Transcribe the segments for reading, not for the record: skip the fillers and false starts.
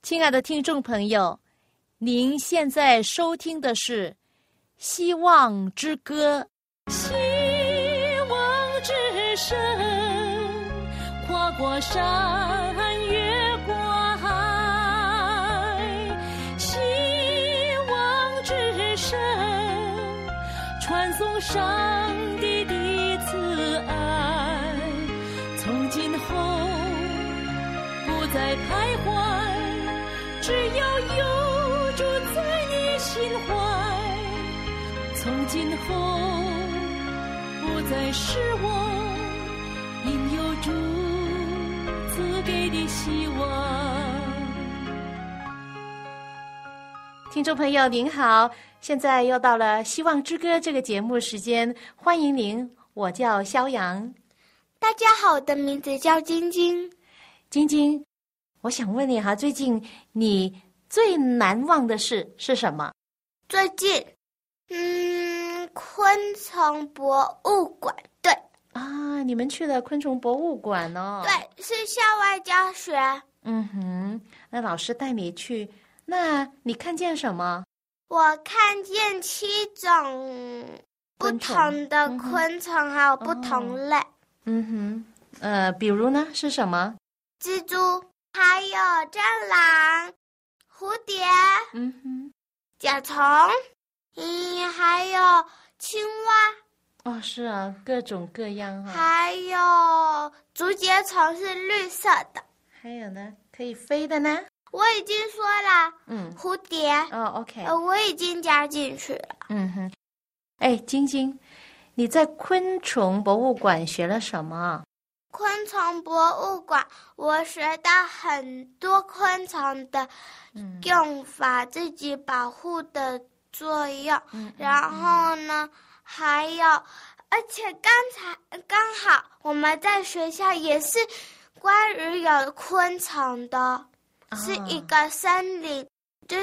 亲爱的听众朋友，您现在收听的是《希望之歌》。希望之声，跨过山，越过海。希望之声，传送上帝的慈爱。从今后不再徘徊，只要有主在你心怀，从今后不再失望，因有主赐给的希望。听众朋友您好，现在又到了希望之歌这个节目时间，欢迎您，我叫肖阳。 大家好，我的名字叫晶晶。 晶晶，我想问你最近你最难忘的事是什么？ 最近，昆虫博物馆。对啊，你们去了昆虫博物馆哦？ 对，是校外教学。 那老师带你去，那你看见什么？ 我看见7种不同的昆虫，还有不同类。 比如呢是什么？ 蜘蛛，还有蟑螂、蝴蝶，甲虫，还有青蛙。 哦，是啊，各种各样哈。 还有竹节虫是绿色的。 还有呢，可以飞的呢？ 我已经说了。蝴蝶。 OK。 我已经加进去了。 晶晶，你在昆虫博物馆学了什么？ 昆虫博物馆，我学到很多昆虫的用法，自己保护的作用。然后呢，还有，而且刚好我们在学校也是关于有昆虫的，是一个森林，就是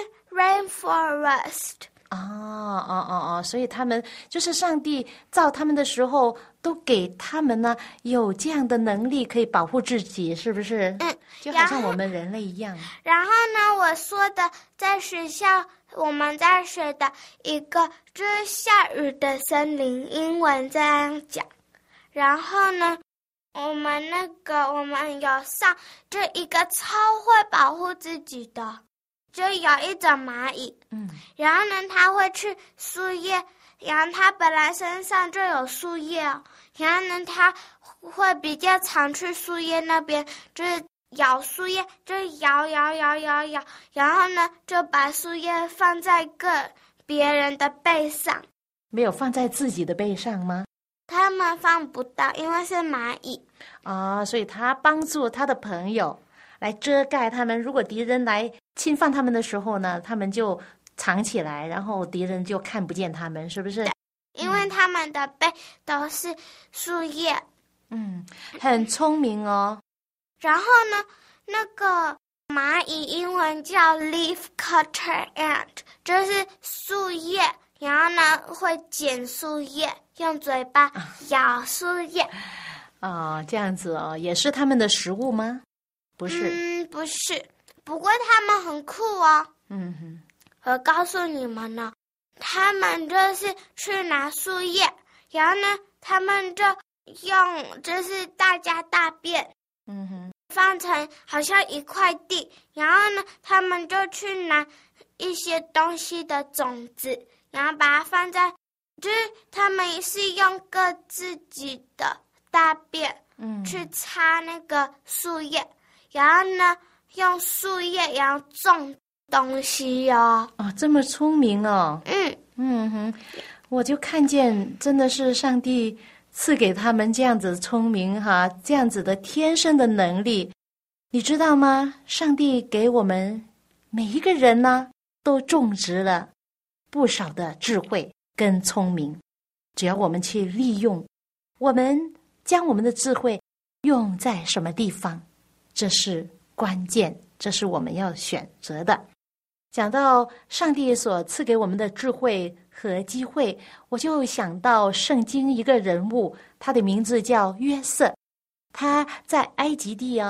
rainforest。 所以他们就是上帝造他们的时候，都给他们呢有这样的能力，可以保护自己，是不是？就好像我们人类一样。 然后呢，我说的在学校我们在学的一个就是下雨的森林，英文这样讲。然后呢，我们有上这一个超会保护自己的。就有一种蚂蚁，然后呢，它会去树叶，然后它本来身上就有树叶哦，然后呢，它会比较常去树叶那边，就是咬树叶，就是摇，然后呢，就把树叶放在别人的背上。 没有放在自己的背上吗？ 他们放不到，因为是蚂蚁。 所以他帮助他的朋友来遮盖他们，如果敌人来侵犯他们的时候呢，他们就藏起来，然后敌人就看不见他们，是不是？ 对，因为他们的背都是树叶。 很聪明哦。 然后呢，那个蚂蚁英文叫 leaf cutter ant， 就是树叶，然后呢会剪树叶，用嘴巴咬树叶。 这样子哦，也是他们的食物吗？不是。 不是，不过他们很酷哦。我告诉你们呢，他们就是去拿树叶，然后呢，他们就用就是大家大便，放成好像一块地，然后呢，他们就去拿一些东西的种子，然后把它放在，就是他们是用自己的大便，去擦那个树叶。然后呢，用树叶然后种东西哦。 这么聪明哦。我就看见真的是上帝赐给他们这样子聪明这样子的天生的能力。你知道吗？上帝给我们每一个人呢，都种植了不少的智慧跟聪明，只要我们去利用，我们将我们的智慧用在什么地方，这是关键，这是我们要选择的。讲到上帝所赐给我们的智慧和机会，我就想到圣经一个人物，他的名字叫约瑟。他在埃及地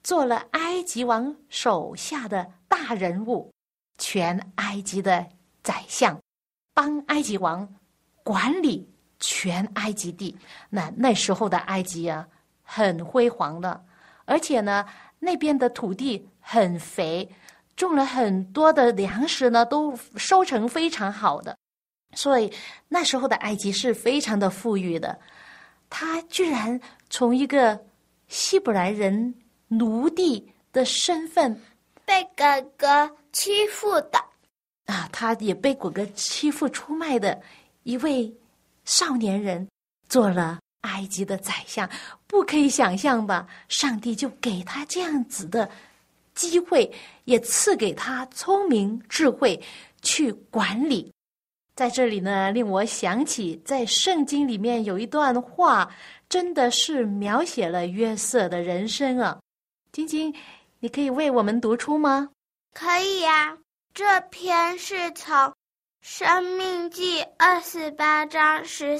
做了埃及王手下的大人物，全埃及的宰相，帮埃及王管理全埃及地。那时候的埃及啊，很辉煌的，而且呢，那边的土地很肥，种了很多的粮食呢，都收成非常好的，所以那时候的埃及是非常的富裕的。他居然从一个希伯来人奴隶的身份被哥哥欺负的啊，他也被哥哥欺负出卖的一位少年人，做了埃及的宰相。不可以想象吧？上帝就给他这样子的机会，也赐给他聪明智慧去管理。在这里呢，令我想起在圣经里面有一段话，真的是描写了约瑟的人生啊。晶晶，你可以为我们读出吗？ 可以呀。这篇是从申命记28章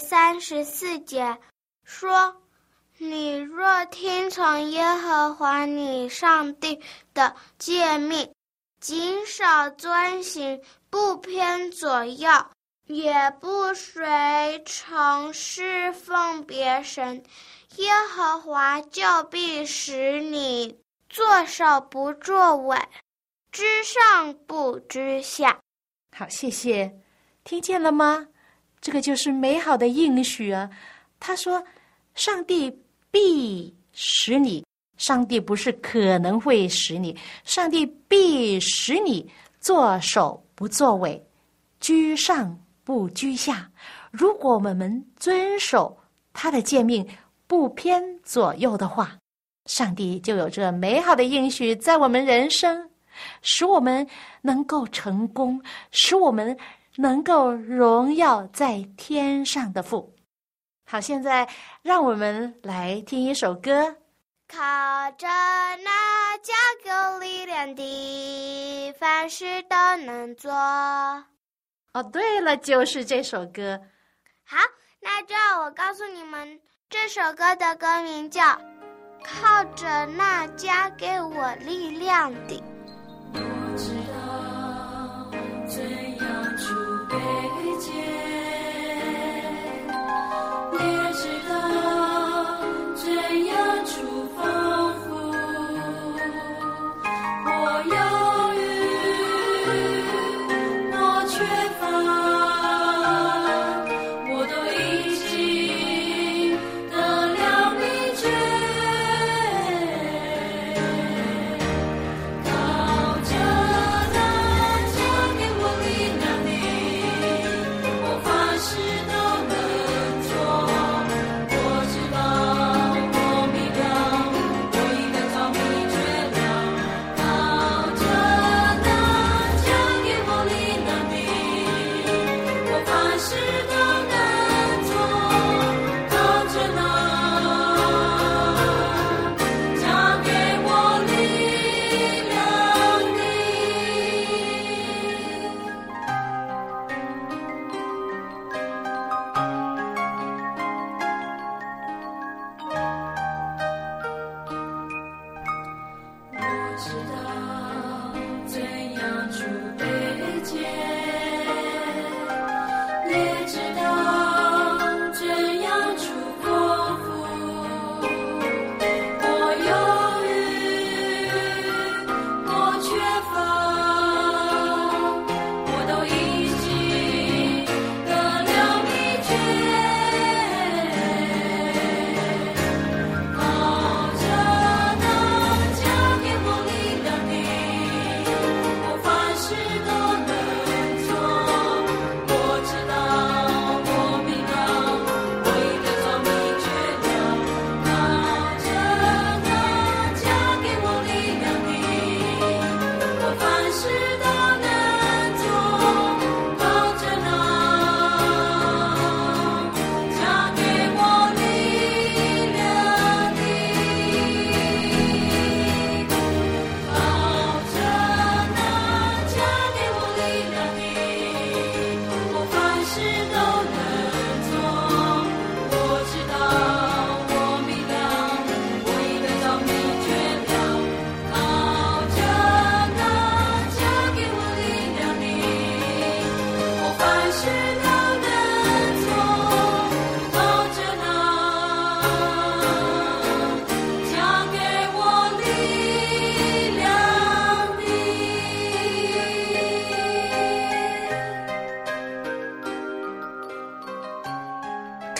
13、14节说，你若听从耶和华你上帝的诫命，谨守遵行，不偏左右，也不随从侍奉别神，耶和华就必使你作首不作尾，知上不知下。 好，谢谢。听见了吗？这个就是美好的应许啊。他说上帝必使你，上帝不是可能会使你，上帝必使你作首不作尾，居上不居下。如果我们遵守他的诫命，不偏左右的话，上帝就有这美好的应许在我们人生，使我们能够成功，使我们能够荣耀在天上的父。好，现在让我们来听一首歌。 靠着那加给我力量的，凡事都能做。 哦，对了，就是这首歌。 好，那就让我告诉你们，这首歌的歌名叫《靠着那加给我力量的》。 我知道怎样储备钱，也知道怎样储丰富。我犹豫，我缺乏，我都已经得了秘诀。靠着那加给我力量的，我凡事都能做。我知道，我明了，我已得着秘诀了。靠着那加给我力量的，我凡事都能做。靠着那加给我力量的。我知道怎样储备钱，也知道怎样储丰富。我犹豫，我缺乏，我都已经得了秘诀。靠着那加给我力量的，我凡事都能做。我知道，我明了，我已得着秘诀了。靠着那加给我力量的，我凡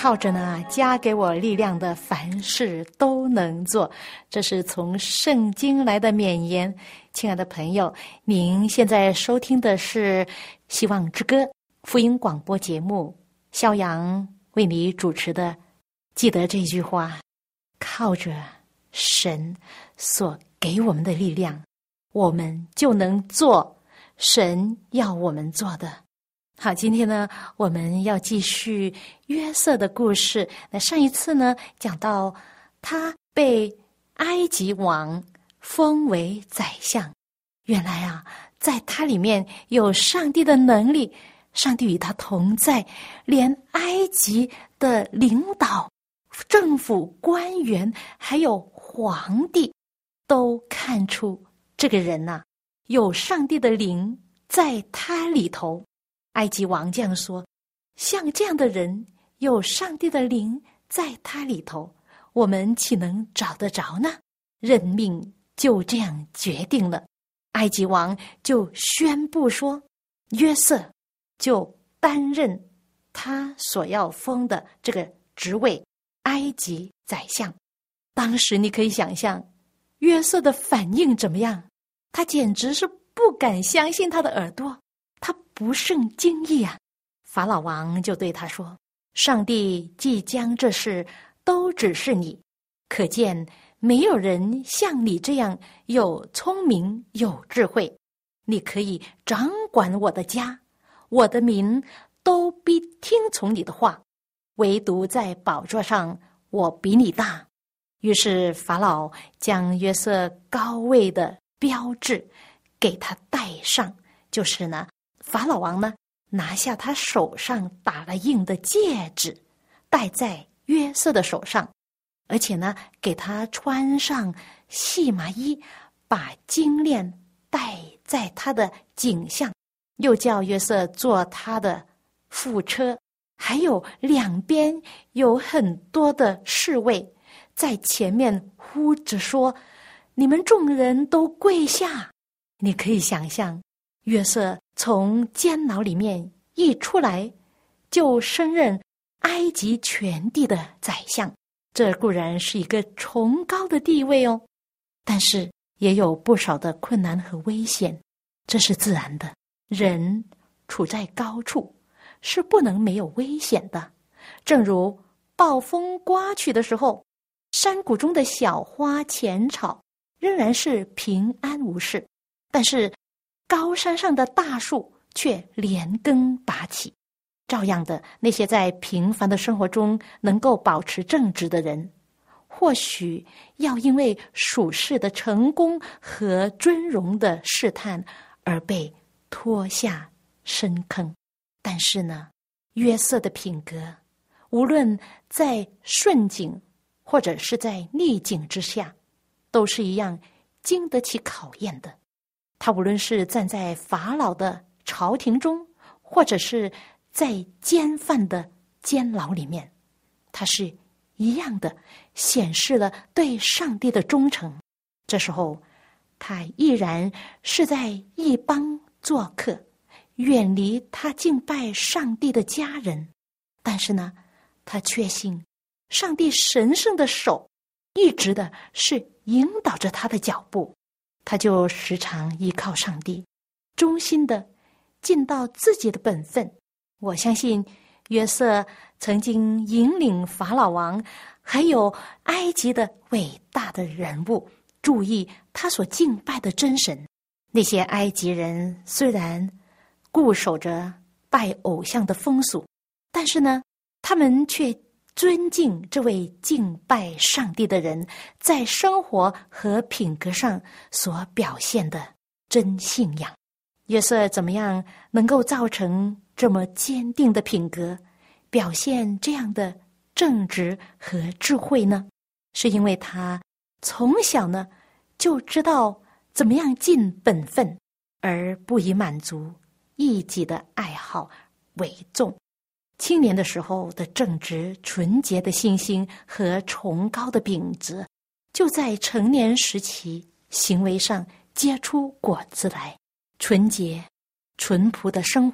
靠着呢加给我力量的，凡事都能做。这是从圣经来的勉言。亲爱的朋友，您现在收听的是希望之歌福音广播节目，肖阳为你主持的。记得这句话，靠着神所给我们的力量，我们就能做神要我们做的。好，今天呢，我们要继续约瑟的故事。那上一次呢，讲到他被埃及王封为宰相。原来啊，在他里面有上帝的能力，上帝与他同在，连埃及的领导、政府官员还有皇帝都看出这个人啊，有上帝的灵在他里头。埃及王这样说，像这样的人有上帝的灵在他里头，我们岂能找得着呢？任命就这样决定了。埃及王就宣布说，约瑟就担任他所要封的这个职位，埃及宰相。当时你可以想象约瑟的反应怎么样，他简直是不敢相信他的耳朵，他不胜惊异啊！法老王就对他说，上帝既将这事都指示你，可见没有人像你这样有聪明有智慧，你可以掌管我的家，我的民都必听从你的话，唯独在宝座上我比你大。于是法老将约瑟高位的标志给他戴上，就是呢，法老王呢拿下他手上打了印的戒指，戴在约瑟的手上，而且呢给他穿上细麻衣，把金链戴在他的颈项，又叫约瑟坐他的副车，还有两边有很多的侍卫在前面呼着说，你们众人都跪下。你可以想象约瑟从监牢里面一出来，就升任埃及全地的宰相，这固然是一个崇高的地位哦，但是也有不少的困难和危险，这是自然的。人处在高处是不能没有危险的，正如暴风刮去的时候，山谷中的小花浅草仍然是平安无事，但是高山上的大树却连根拔起。照样的，那些在平凡的生活中能够保持正直的人，或许要因为属世的成功和尊荣的试探而被拖下深坑。但是呢，约瑟的品格，无论在顺境或者是在逆境之下，都是一样经得起考验的。他无论是站在法老的朝廷中，或者是在监犯的监牢里面，他是一样的显示了对上帝的忠诚。这时候他依然是在一邦做客，远离他敬拜上帝的家人，但是呢，他确信上帝神圣的手一直的是引导着他的脚步，他就时常依靠上帝，忠心的尽到自己的本分。我相信约瑟曾经引领法老王还有埃及的伟大的人物注意他所敬拜的真神。那些埃及人虽然固守着拜偶像的风俗，但是呢，他们却尊敬这位敬拜上帝的人在生活和品格上所表现的真信仰。约瑟怎么样能够造成这么坚定的品格，表现这样的正直和智慧呢？是因为他从小呢就知道怎么样尽本分，而不以满足一己的爱好为重。青年的时候的正直纯洁的信心和崇高的品质，就在成年时期行为上结出果子来。纯洁淳朴的生活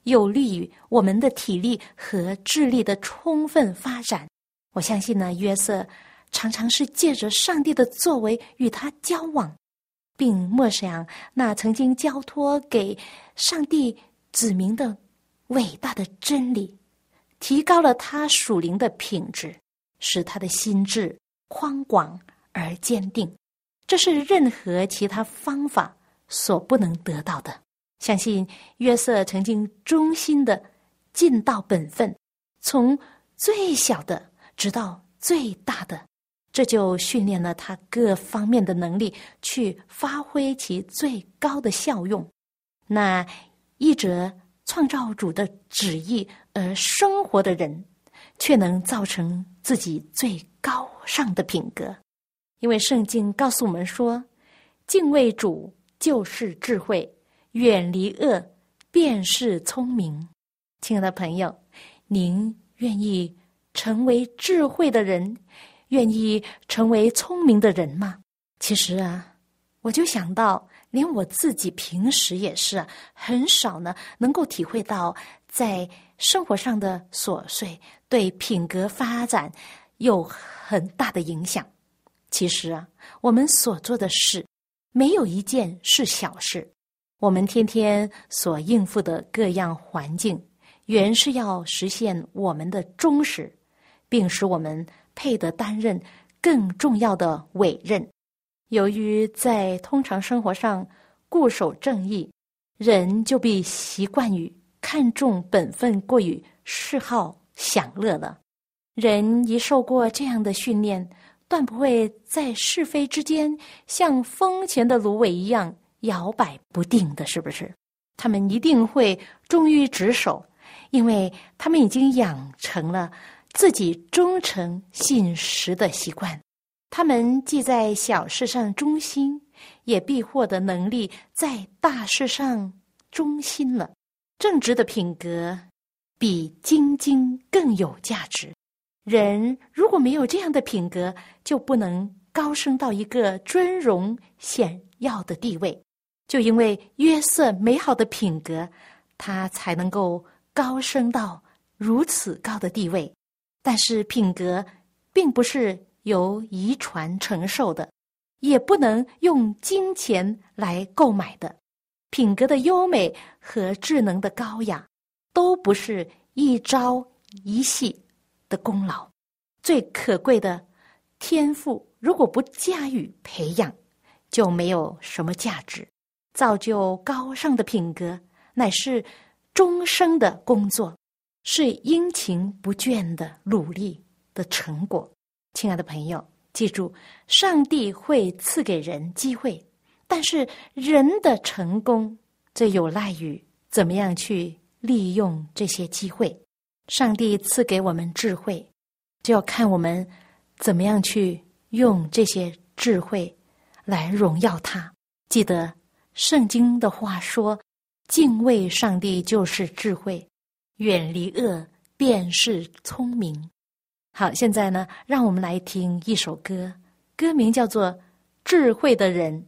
有利于我们的体力和智力的充分发展。我相信呢，约瑟常常是借着上帝的作为与他交往，并默想那曾经交托给上帝子民的伟大的真理，提高了他属灵的品质，使他的心智宽广而坚定。这是任何其他方法所不能得到的。相信约瑟曾经忠心的尽到本分，从最小的直到最大的，这就训练了他各方面的能力，去发挥其最高的效用。那依着创造主的旨意而生活的人，却能造成自己最高尚的品格。因为圣经告诉我们说，敬畏主就是智慧，远离恶便是聪明。亲爱的朋友，您愿意成为智慧的人，愿意成为聪明的人吗？其实啊，我就想到连我自己平时也是很少呢能够体会到在生活上的琐碎对品格发展有很大的影响。其实啊，我们所做的事没有一件是小事，我们天天所应付的各样环境，原是要实现我们的忠实，并使我们配得担任更重要的委任。由于在通常生活上固守正义，人就必习惯于看重本分过于嗜好享乐了。人一受过这样的训练，断不会在是非之间像风前的芦苇一样摇摆不定的，是不是？他们一定会忠于职守，因为他们已经养成了自己忠诚信实的习惯。他们既在小事上忠心，也必获得能力在大事上忠心了。正直的品格比精金更有价值。人如果没有这样的品格，就不能高升到一个尊荣显耀的地位。就因为约瑟美好的品格，他才能够高升到如此高的地位。但是品格并不是由遗传承受的，也不能用金钱来购买的。品格的优美和智能的高雅，都不是一朝一夕的功劳。最可贵的天赋，如果不加以培养，就没有什么价值。造就高尚的品格，乃是终生的工作，是殷勤不倦的努力的成果。亲爱的朋友，记住，上帝会赐给人机会，但是人的成功，这有赖于怎么样去利用这些机会。上帝赐给我们智慧，就要看我们怎么样去用这些智慧来荣耀他。记得圣经的话说，敬畏上帝就是智慧，远离恶便是聪明。好，现在呢，让我们来听一首歌，歌名叫做《智慧的人》。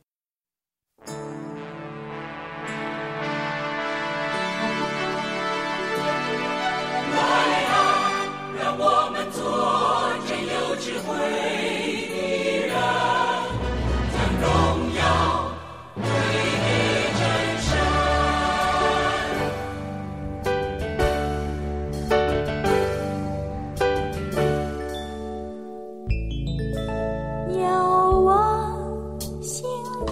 仰望星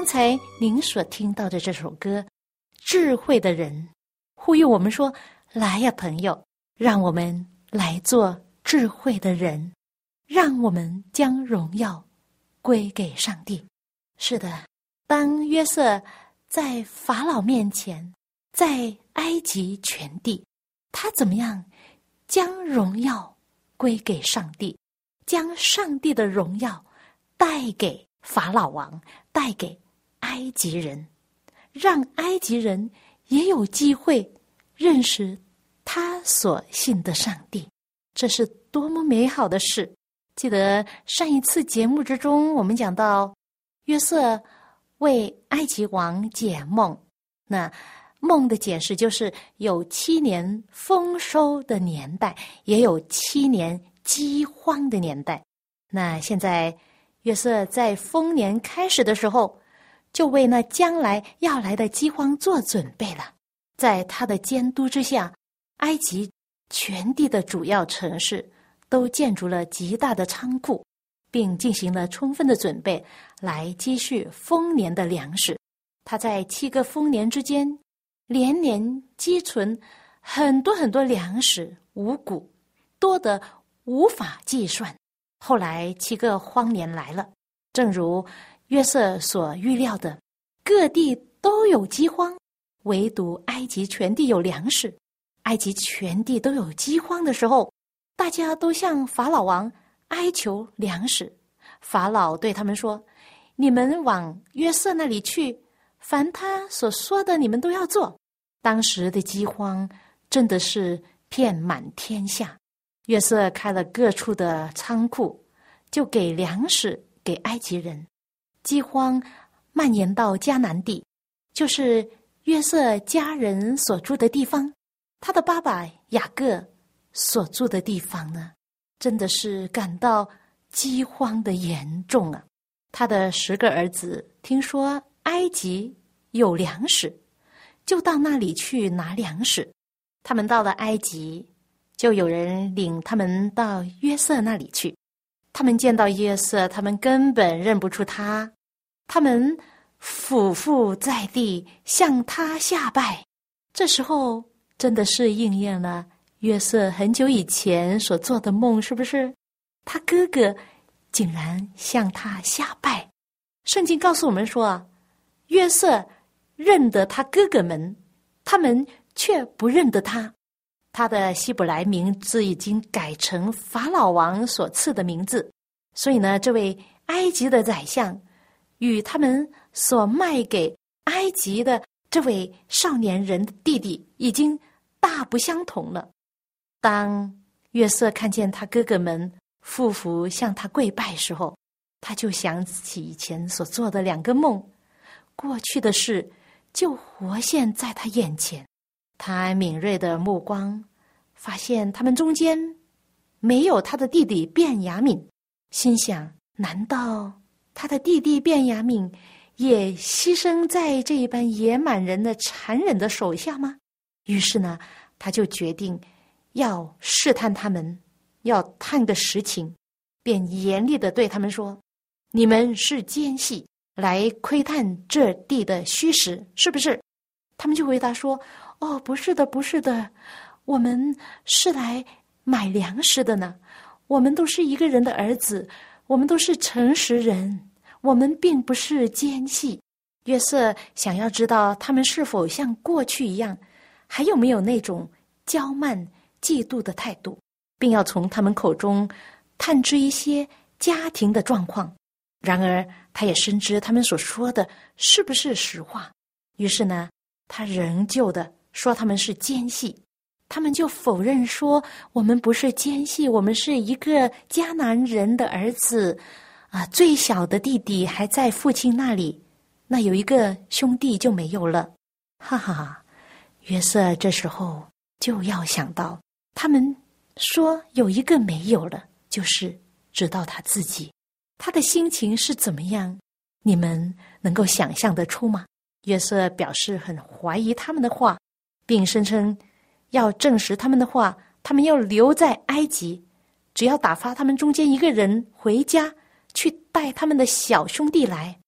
才您所听到的这首歌《智慧的人》，呼吁我们说，来呀朋友，让我们来做智慧的人，让我们将荣耀归给上帝。是的，当约瑟在法老面前，在埃及全地，他怎么样将荣耀归给上帝，将上帝的荣耀带给法老王，带给埃及人，让埃及人也有机会认识他所信的上帝。这是多么美好的事！记得上一次节目之中，我们讲到约瑟为埃及王解梦，那梦的解释就是有7年丰收的年代，也有7年饥荒的年代。那现在约瑟在丰年开始的时候，就为那将来要来的饥荒做准备了。在他的监督之下，埃及全地的主要城市都建筑了极大的仓库，并进行了充分的准备来积蓄丰年的粮食。他在7个丰年之间连年积存很多很多粮食五谷，多得无法计算。后来7个荒年来了，正如约瑟所预料的，各地都有饥荒，唯独埃及全地有粮食。埃及全地都有饥荒的时候，大家都向法老王哀求粮食。法老对他们说，你们往约瑟那里去，凡他所说的你们都要做。当时的饥荒真的是遍满天下，约瑟开了各处的仓库，就给粮食给埃及人。饥荒蔓延到迦南地，就是约瑟家人所住的地方，他的爸爸雅各所住的地方呢，真的是感到饥荒的严重啊。他的10个儿子听说埃及有粮食，就到那里去拿粮食。他们到了埃及，就有人领他们到约瑟那里去。他们见到约瑟，他们根本认不出他，他们俯伏在地向他下拜。这时候真的是应验了约瑟很久以前所做的梦，是不是？他哥哥竟然向他下拜。圣经告诉我们说，约瑟认得他哥哥们，他们却不认得他。他的希伯来名字已经改成法老王所赐的名字，所以呢，这位埃及的宰相与他们所卖给埃及的这位少年人的弟弟已经大不相同了。当约瑟看见他哥哥们俯伏向他跪拜时候，他就想起以前所做的2个梦，过去的事就活现在他眼前。他敏锐的目光发现他们中间没有他的弟弟便雅悯，心想，难道他的弟弟便雅悯也牺牲在这一般野蛮人的残忍的手下吗？于是呢，他就决定要试探他们，要探个实情，便严厉地对他们说，你们是奸细，来窥探这地的虚实，是不是？他们就回答说，哦，不是的，不是的，我们是来买粮食的呢，我们都是一个人的儿子，我们都是诚实人，我们并不是奸细。约瑟想要知道他们是否像过去一样，还有没有那种骄慢嫉妒的态度，并要从他们口中探知一些家庭的状况。然而他也深知他们所说的是不是实话，于是呢，他仍旧的说他们是奸细。他们就否认说，我们不是奸细，我们是一个迦南人的儿子啊，最小的弟弟还在父亲那里，那有一个兄弟就没有了。哈哈，约瑟这时候就要想到，他们说有一个没有了，就是知道他自己，他的心情是怎么样，你们能够想象得出吗？约瑟表示很怀疑他们的话，并声称要证实他们的话，他们要留在埃及，只要打发他们中间一个人回家去带他们的小兄弟来。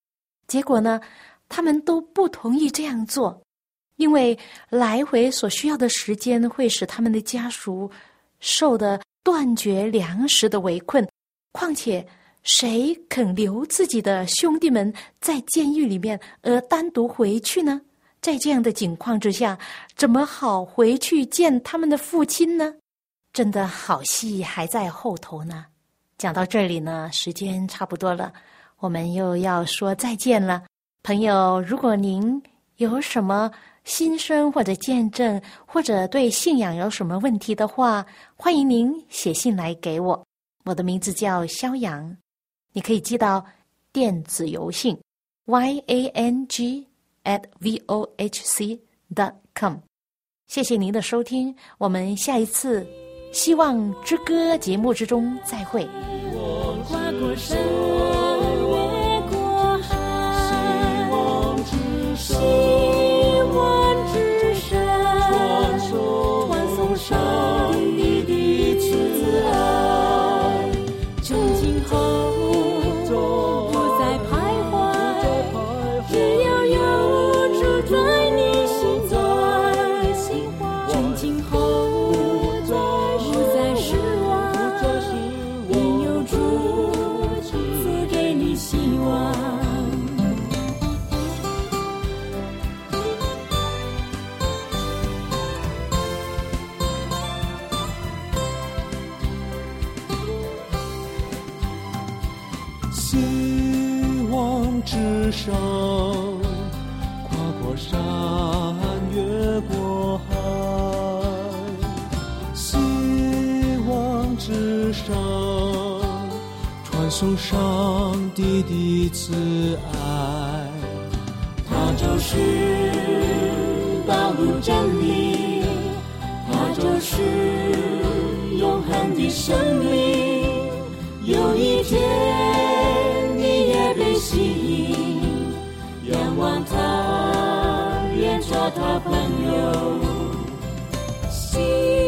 结果呢，他们都不同意这样做，因为来回所需要的时间会使他们的家属受得断绝粮食的围困。况且谁肯留自己的兄弟们在监狱里面而单独回去呢？在这样的情况之下，怎么好回去见他们的父亲呢？真的好戏还在后头呢。讲到这里呢，时间差不多了，我们又要说再见了。朋友，如果您有什么心声或者见证，或者对信仰有什么问题的话，欢迎您写信来给我。我的名字叫肖阳，你可以寄到电子邮信 yang@vohc.com。 谢谢您的收听，我们下一次希望之歌节目之中再会。 跨过山，越过海，希望之声，传送上帝的慈爱，从今后不再徘徊，只要有主在你心中，从今后不再失望，因有主赐给你希望。 希望之声，跨过山，越过海。希望之声，传送上帝的慈爱。 它就是道路真理，它就是永恒的生命。有一天你也被吸引，仰望他，愿做他朋友。